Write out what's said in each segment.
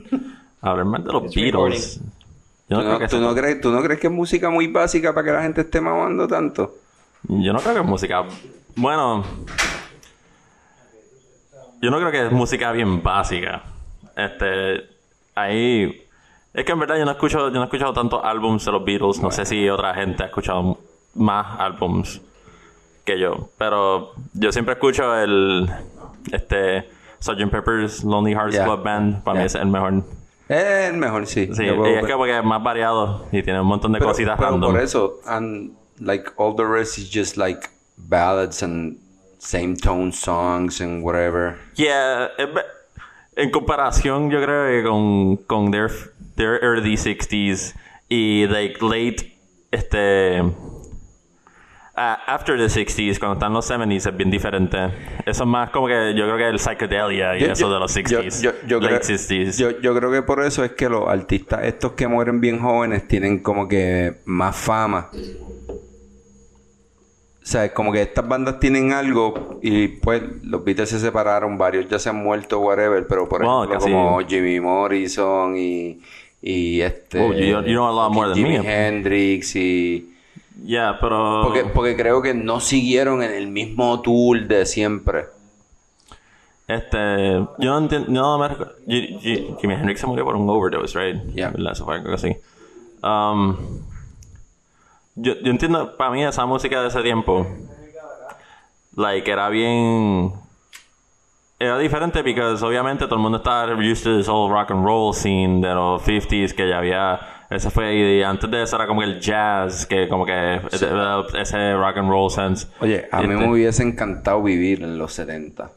Hablar más de los Beatles. Yo no creo que ¿Tú no crees que es música muy básica para que la gente esté mamando tanto? Yo no creo que es música... Bueno... Yo no creo que es música bien básica. Ahí... Es que en verdad yo no he escuchado tantos álbums de los Beatles. No sé si otra gente ha escuchado más álbums que yo. Pero yo siempre escucho el... Sgt. Pepper's Lonely Hearts Club Band. Para mí ese es el mejor. Es el mejor, sí. Sí, y es que porque es más variado y tiene un montón de cositas pero random. por eso, and like all the rest is just like ballads and same tone songs and whatever. Yeah, en comparación yo creo que con their early 60s y like late after the 60s, cuando están los 70s, es bien diferente. Eso es más como que yo creo que el psychedelia y eso de los 60s, late 60s. Yo creo que por eso es que los artistas estos que mueren bien jóvenes tienen como que más fama. O sea, es como que estas bandas tienen algo y pues los Beatles se separaron, varios ya se han muerto, whatever, pero por ejemplo como Jimmy Morrison y you know a lot more than Jimi me. Hendrix y... Yeah, pero... Porque creo que no siguieron en el mismo tour de siempre. Yo no entiendo... No, Jimi Hendrix se murió por un overdose, right? Yeah. Eso fue algo así. Yo entiendo... Para mí esa música de ese tiempo... Like, era bien... Era diferente porque obviamente todo el mundo estaba used to this whole rock and roll scene de los 50s que ya había... Ese fue... Y antes de eso era como el jazz, que como que... Sí. Ese rock and roll sense. Oye, a mí me hubiese encantado vivir en los 70.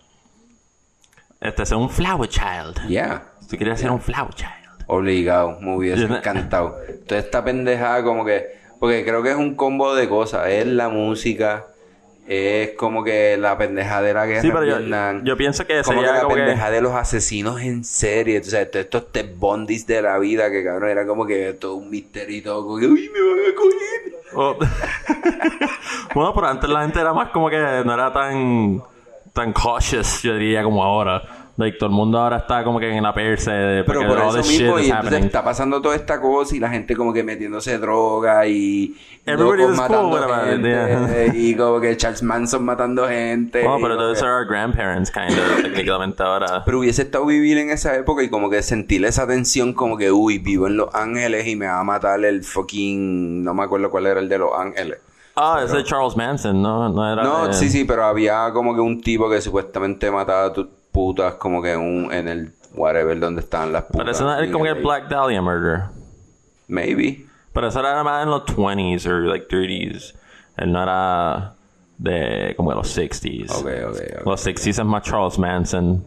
Ser un flower child. Yeah. Tú querías ser un flower child. Obligado. Me hubiese encantado. Entonces esta pendejada como que... Porque creo que es un combo de cosas. Es la música... Es como que la pendeja de la guerra. Sí, pero yo pienso que como sería que la como pendeja que... de los asesinos en serie. O sea, estos Ted Bundys de la vida que cabrón era como que todo un misterio y todo. Como que, uy, me van a coger. Bueno, pero antes la gente era más como que no era tan cautious, yo diría, como ahora. Like, todo el mundo ahora está como que en la perse. Pero por eso mismo, y entonces está pasando toda esta cosa y la gente como que metiéndose droga y locos matando gente y como que Charles Manson matando gente. Oh, pero those are our grandparents, kind of, técnicamente ahora. Pero hubiese estado vivir en esa época y como que sentir esa tensión como que, uy, vivo en Los Ángeles y me va a matar el fucking... No me acuerdo cuál era el de Los Ángeles. Ah, es de Charles Manson, ¿no? No era no, de... sí, pero había como que un tipo que supuestamente mataba a putas como que en el whatever donde estaban las putas. Pero eso no era como que el Black Dahlia murder. Maybe. Pero eso era más en los 20s o like 30s. Él no era de como de los 60s. Okay. Los 60s es más Charles Manson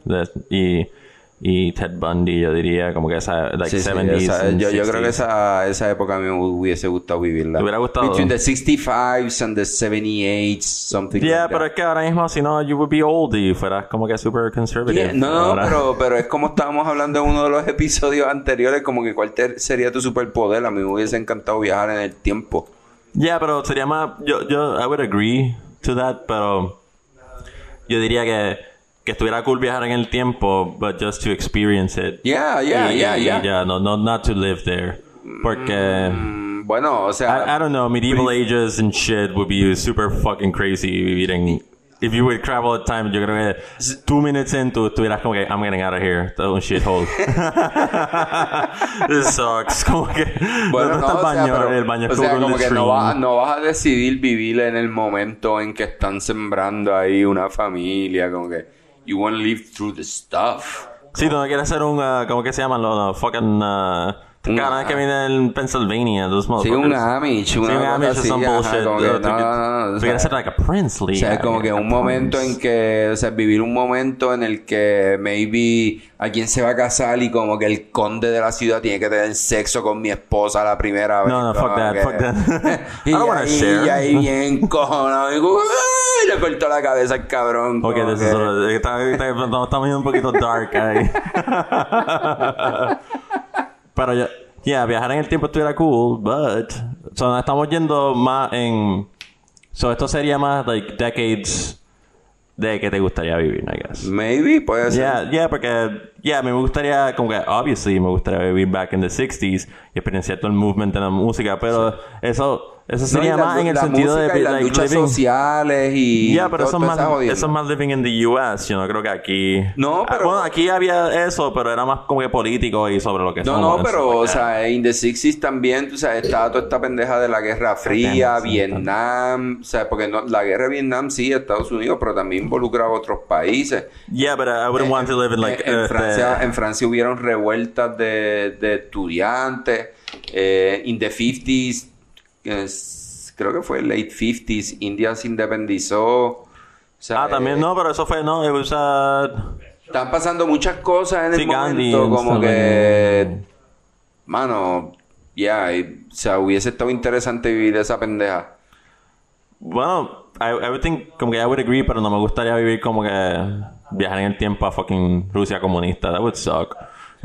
y Ted Bundy, yo diría, como que esa, like, 70s. Yo creo que esa época a mí me hubiese gustado vivirla. ¿Te hubiera gustado? Between the 65s and the 78s, something like that. Pero es que ahora mismo, si no, you would be old y fueras como que super conservative. Yeah, no, pero es como estábamos hablando en uno de los episodios anteriores, como que cuál sería tu superpoder. A mí me hubiese encantado viajar en el tiempo. Pero sería más... I would agree to that, pero yo diría que estuviera cool viajar en el tiempo, but just to experience it. Yeah. No, not to live there. Porque... bueno, o sea... I don't know, medieval ages and shit would be super fucking crazy vivir en... If you would travel at time, yo creo que 2 minutes in, tú estuvieras como que, I'm getting out of here. Todo un shithole. This sucks. Como que... Bueno, no, el baño o sea, como que no vas a decidir vivir en el momento en que están sembrando ahí una familia, como que... You want to live through the stuff. Sí, tú no quieres ser un... ¿cómo que se llaman los fucking... Caras que vienen en Pennsylvania, those motherfuckers. Sí, un Amish. Un Amish o some bullshit. No. Tú quieres ser like a princely. O sea, como que un momento en que... O sea, vivir un momento en el que maybe alguien se va a casar y como que el conde de la ciudad tiene que tener sexo con mi esposa la primera vez. No, fuck that. I don't want to share. Y ahí bien cojonado. Y le cortó la cabeza al cabrón. Ok, estamos yendo un poquito dark ahí. Pero viajar en el tiempo estuviera cool, but... So, estamos yendo más en... So, esto sería más, like, decades de que te gustaría vivir, I guess. Maybe, puede ser. Porque me gustaría, como que, obviously, me gustaría vivir back in the 60s y experienciar todo el movement de la música, pero eso sería más en el sentido de las like, luchas living sociales y pero eso es más living in the US. Yo no creo que aquí... No, pero... bueno, aquí había eso, pero era más como que político y sobre lo que somos. No, pero, o sea, in the 60s también, tú sabes, estaba toda esta pendeja de la Guerra Fría, Vietnam, o sea, porque la guerra de Vietnam sí, Estados Unidos, pero también involucraba a otros países. But I wouldn't want to live in like... En Francia hubieron revueltas de estudiantes, in the 50s, creo que fue late 50s, India se independizó. O sea, también no, pero eso fue, están pasando muchas cosas en el Gandhi, momento, como que... Mano, o sea, hubiese estado interesante vivir esa pendeja. Bueno, I would think, como que I would agree, pero no me gustaría vivir como que viajar en el tiempo a fucking Rusia comunista. That would suck.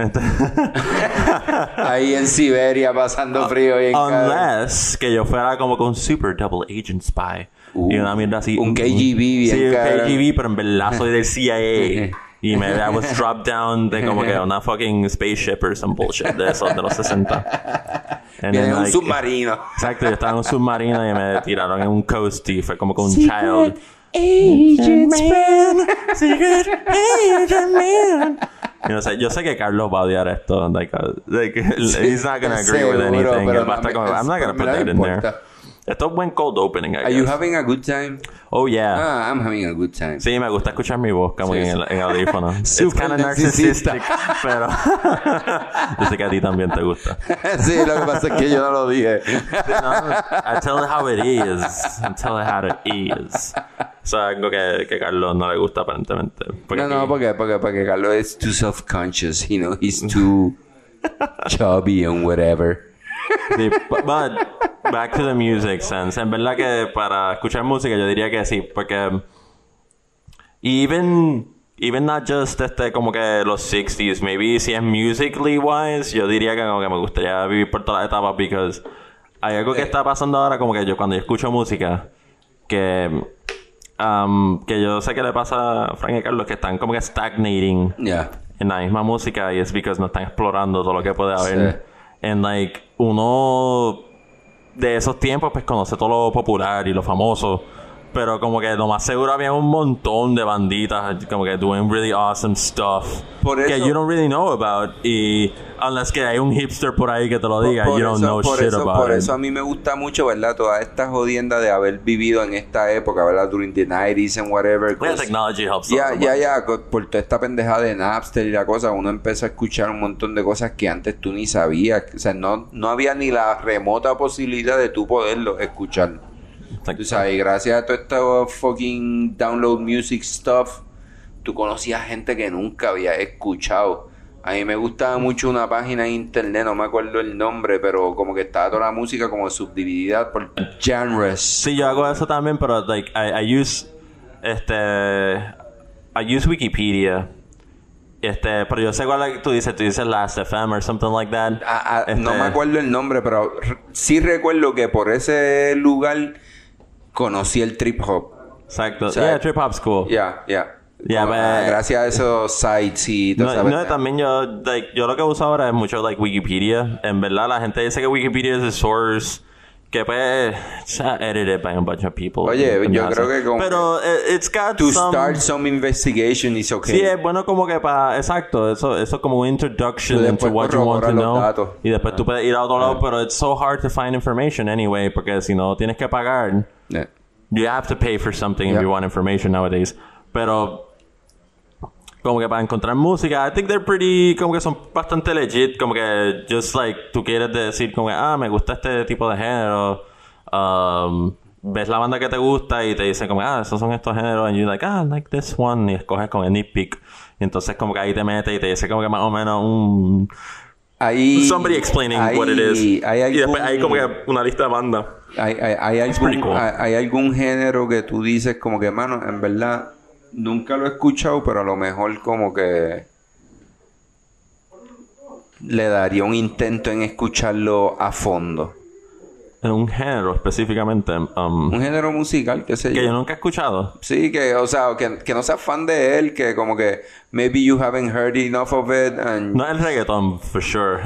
Ahí en Siberia pasando frío y unless que yo fuera como con un super double agent spy y una mierda así, un KGB bien sí, un KGB, pero en verdad soy del CIA y I was dropped down de como que una fucking spaceship or some bullshit de esos de los 60. Viene un submarino. Exacto, yo estaba en un submarino y me tiraron en un coast y fue como con un child Agent man, secret agent man. Yo sé que Carlos va a odiar esto. Like he's not going to agree with anything. I'm not going to put that in there. Esto es buen cold opening, I guess. Are you having a good time? Oh, yeah. I'm having a good time. Sí, me gusta escuchar mi voz como en audífono. It's kind of narcisista. narcissistic, pero... yo sé que a ti también te gusta. Sí, lo que pasa es que yo no lo dije. I tell it how it is. I tell it how it is. Eso es algo que Carlos no le gusta aparentemente. Porque Carlos es too self-conscious, you know, he's too chubby and whatever. Sí, but back to the music sense. En verdad que para escuchar música yo diría que sí, porque even not just como que los 60s, maybe si es musically wise, yo diría que como que me gustaría vivir por todas las etapas, because hay algo que está pasando ahora como que cuando yo escucho música que yo sé que le pasa a Frank y Carlos, que están como que stagnating en la misma música, y es because no están explorando todo lo que puede haber. Sí. And like uno de esos tiempos pues conoce todo lo popular y lo famoso, pero como que lo más seguro había un montón de banditas como que doing really awesome stuff que you don't really know about, y unless que hay un hipster por ahí que te lo diga, you don't know shit about it. Por eso a mí me gusta mucho, ¿verdad? Toda esta jodienda de haber vivido en esta época, ¿verdad? During the 90s and whatever. Yeah, technology helps. Por toda esta pendeja de Napster y la cosa, uno empezó a escuchar un montón de cosas que antes tú ni sabías. O sea, no había ni la remota posibilidad de tú poderlo escuchar. Tú sabes, y gracias a todo esto fucking download music stuff, tú conocías gente que nunca había escuchado. A mí me gustaba mucho una página en internet, no me acuerdo el nombre, pero como que estaba toda la música como subdividida por genres. Sí, yo hago eso también, pero like I use Wikipedia. Pero yo sé cuál tú dices Last.fm or something like that. No me acuerdo el nombre, pero sí recuerdo que por ese lugar conocí el trip hop. Exacto. O sea, trip hop's cool. Gracias a esos sites y todo eso. También yo lo que uso ahora es mucho Wikipedia. En verdad la gente dice que Wikipedia es el source, que pues edited by a bunch of people. Oye, yo creo que como pero it's got to start some investigation is okay. Sí, es bueno como que exacto, eso como un introduction into what you want to know. Y después tú puedes ir a otro lado, pero it's so hard to find information anyway, porque si no tienes que pagar. You have to pay for something if you want information nowadays. Pero como que para encontrar música, I think they're pretty, como que son bastante legit, como que just like tú quieres decir como que me gusta este tipo de género, ves la banda que te gusta y te dicen como esos son estos géneros, and you're like I like this one, y escoges con el nitpick, y entonces como que ahí te metes y te dice como que más o menos somebody explaining what it is, y después hay como que una lista de bandas. ¿Hay algún género que tú dices como que, mano, en verdad nunca lo he escuchado, pero a lo mejor como que le daría un intento en escucharlo a fondo? un género específicamente. Un género musical, qué sé yo. Que yo nunca he escuchado. Sí, que, o sea, que no seas fan de él, que como que maybe you haven't heard enough of it and... No el reggaeton, for sure.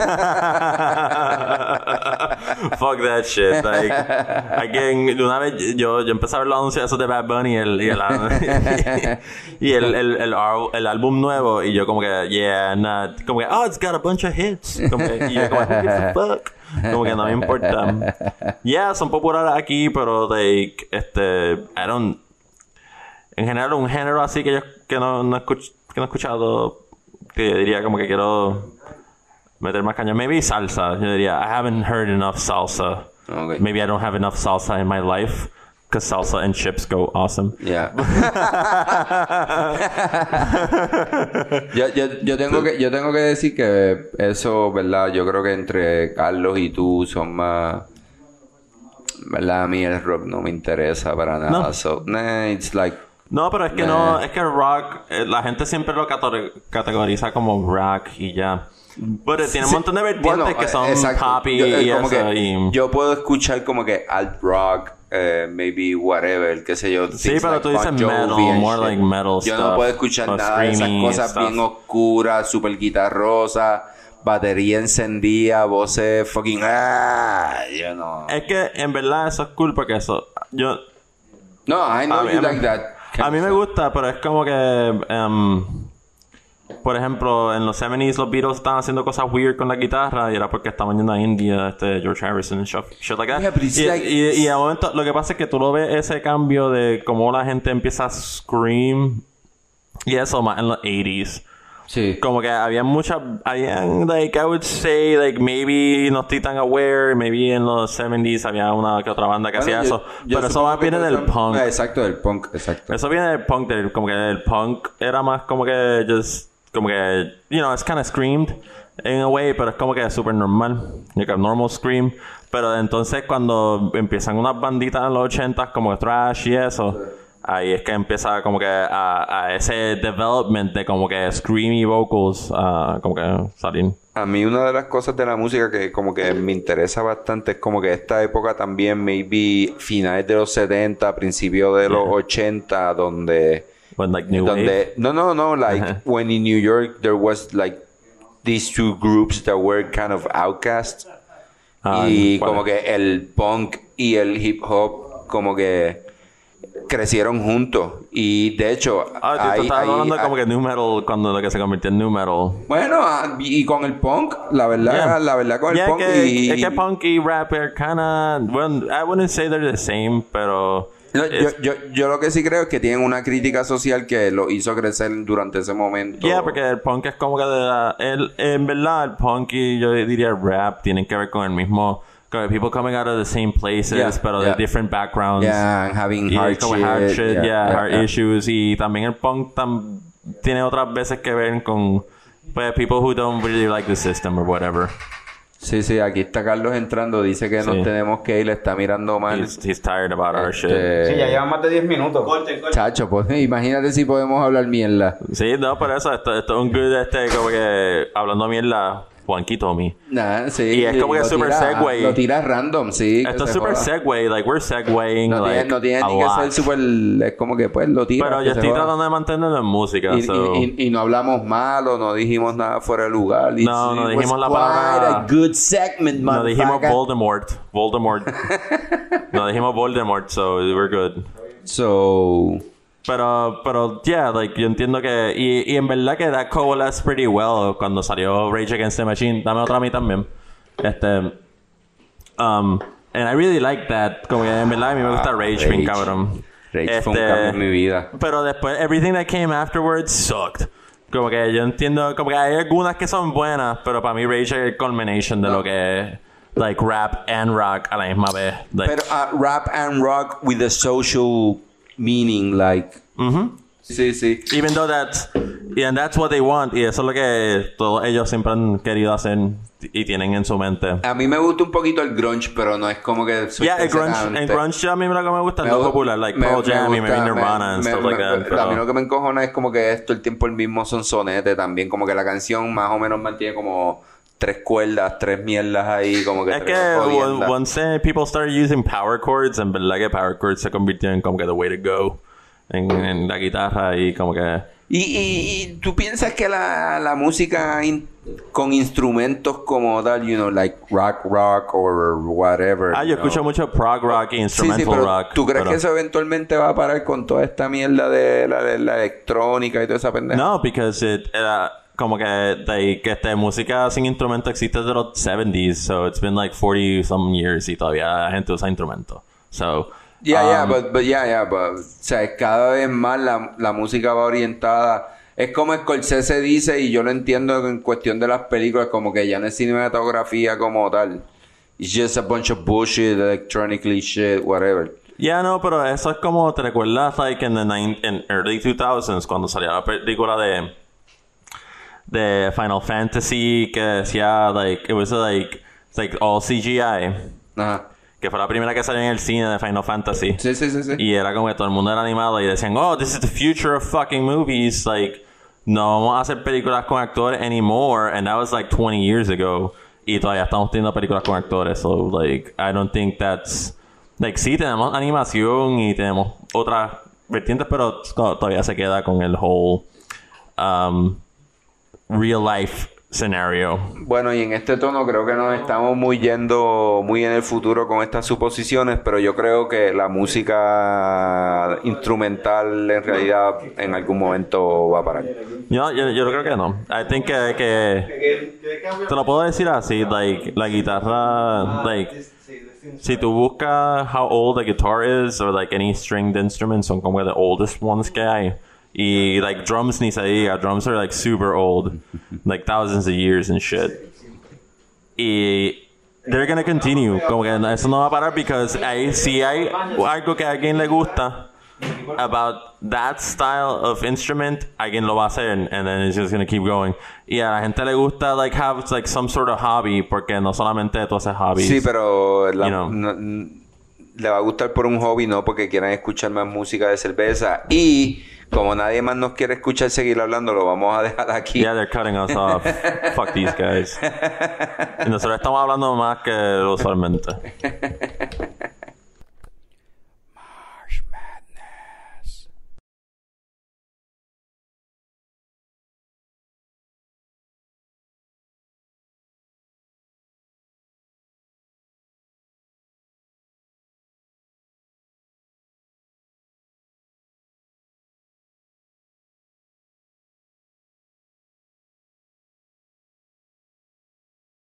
Fuck that shit. Like, again, una vez yo empecé a ver los anuncios esos de Bad Bunny y el álbum nuevo y yo como que, yeah, not... Como que, oh, it's got a bunch of hits. Como que, y yo como, who gives a fuck? Como que no me importa. Yeah, son populares aquí, pero like, I don't... En general, un género así que yo que no he escuchado, que diría como que quiero meter más caña. Maybe salsa. Yo diría, I haven't heard enough salsa. Okay. Maybe I don't have enough salsa in my life. Because salsa and chips go awesome. Yeah. yo tengo que decir que eso, ¿verdad? Yo creo que entre Carlos y tú son más... ¿Verdad? A mí el rock no me interesa para nada. No. So, it's like... No, pero es que no... Es que el rock... la gente siempre lo categoriza como rock y ya. Pero tiene un montón de vertientes que son pop y como eso. Que yo puedo escuchar como que alt rock... maybe whatever, qué sé yo. Sí, pero tú dices metal, more like metal yo stuff. no puedo escuchar nada de esas cosas stuff. bien oscuras, super guitarrosas, batería encendida, voces fucking... yo no... Es que en verdad eso es cool porque eso... Yo... No, I know you like that. A mí me gusta, pero es como que... por ejemplo, en los 70s los Beatles estaban haciendo cosas weird con la guitarra y era porque estaban yendo a India, George Harrison and shit like that. Yeah, but it's like... y al momento, lo que pasa es que tú lo ves ese cambio de cómo la gente empieza a scream y eso más en los 80s. Sí. Como que había muchas... like, I would say, like, maybe no estoy tan aware. Maybe en los 70s había una que otra banda que hacía eso. Pero eso más viene del punk. Exacto, del punk, exacto. Eso viene del punk. Como que el punk era más como que... just como que... You know, it's kind of screamed in a way. Pero es como que súper normal. Like a normal scream. Pero entonces cuando empiezan unas banditas en los 80s como que thrash y eso... Ahí es que empieza como que a ese development de como que screamy vocals como que salir. A mí una de las cosas de la música que como que me interesa bastante es como que esta época también, maybe finales de los 70, principios de los 80, donde... When, like, New Wave? No, like when in New York there was like these two groups that were kind of outcast. Y como que el punk y el hip hop como que... crecieron juntos y de hecho tú estás hablando como que nu metal cuando lo que se convirtió en nu metal. Bueno, y con el punk la verdad con el punk es que punk y rap are kinda, well, I wouldn't say they're the same, pero no, yo lo que sí creo es que tienen una crítica social que lo hizo crecer durante ese momento. Porque el punk es como que en verdad el punk y yo diría el rap tienen que ver con el mismo, people coming out of the same places, pero de different backgrounds. Yeah, and having hard shit. Hard issues. Y también el punk tiene otras veces que ver con people who don't really like the system or whatever. Sí, aquí está Carlos entrando. Dice que nos tenemos que ir. Le está mirando mal. He's tired about our shit. Sí, ya llevan más de 10 minutos. Corte. Chacho, pues imagínate si podemos hablar mierda. Sí, no, por eso esto es un good como que hablando mierda. Juanquito, me. Nah, sí. Y es como que super segue. Lo tiras random, sí. Esto es super segue. Like, we're segueing. No tiene ni que ser super... Es como que pues lo tiras. Pero yo estoy tratando de mantenerlo en música. Y no hablamos mal o no dijimos nada fuera de lugar. No dijimos la palabra... a good segment, man. No dijimos Voldemort. No dijimos Voldemort, so we're good. So... Pero, yeah, like, yo entiendo que... Y en verdad que that coalesced pretty well cuando salió Rage Against the Machine. Dame otra a mí también. And I really like that. Como que en verdad a mí me gusta Rage, bien cabrón. Rage fue un cambio en mi vida. Pero después, everything that came afterwards sucked. Como que yo entiendo... Como que hay algunas que son buenas, pero para mí Rage es el culmination de lo que es... Like, rap and rock a la misma vez. Like, pero rap and rock with a social... meaning, like... Sí. Even though that's what they want. Y eso es lo que todos ellos siempre han querido hacer y tienen en su mente. A mí me gusta un poquito el grunge, pero no es como que... el grunge a mí lo que me gusta es lo popular. Like Pearl Jam y maybe Nirvana and stuff like that. Pero a mí lo que me encojona es como que esto el tiempo el mismo sonsonete también. Como que la canción más o menos mantiene como... 3 cuerdas, 3 mierdas ahí, como que... Es que once people started using power chords, en verdad que power chords se convirtieron en como que the way to go en la guitarra y como que... ¿Y tú piensas que la música con instrumentos como tal, you know, like rock or whatever? Yo escucho mucho prog rock e instrumental pero rock. ¿tú crees que eso eventualmente va a parar con toda esta mierda de la electrónica y toda esa pendeja? No, because como que música sin instrumento existe desde los 70s, so it's been like 40 some years y todavía la gente usa instrumentos. So... but o sea, cada vez más la música va orientada. Es como Scorsese dice, y yo lo entiendo en cuestión de las películas, como que ya no es cinematografía como tal. It's just a bunch of bullshit, electronically shit, whatever. No, pero eso es como, ¿te recuerdas like in early 2000s cuando salió la película de Final Fantasy que decía like it was like all CGI? Ajá. Que fue la primera que salió en el cine de Final Fantasy. Sí. Y era como que todo el mundo era animado y decían, this is the future of fucking movies. Like, no vamos a hacer películas con actores anymore. And that was like 20 years ago. Y todavía estamos teniendo películas con actores. So, like, I don't think that's... Like, sí, tenemos animación y tenemos otras vertientes, pero todavía se queda con el whole real life scenario. Bueno, y en este tono creo que nos estamos yendo muy en el futuro con estas suposiciones, pero yo creo que la música instrumental en realidad en algún momento va a parar. Yo creo que no. I think que te lo puedo decir así, like la guitarra, like si tú buscas how old a guitar is or like any stringed instrument, son como the oldest ones que hay. Y like drums ni se diga, drums are like super old, like thousands of years and shit. Y they're gonna continue, como que eso no va a parar because si hay algo que a alguien le gusta about that style of instrument, alguien lo va a hacer and then it's just gonna keep going. Y a la gente le gusta like have like some sort of hobby porque no solamente tú haces hobbies. Sí, pero le va a gustar por un hobby, no porque quieran escuchar más música de cerveza. Y como nadie más nos quiere escuchar seguir hablando, lo vamos a dejar aquí. Yeah, they're cutting us off. Fuck these guys. Y nosotros estamos hablando más que usualmente.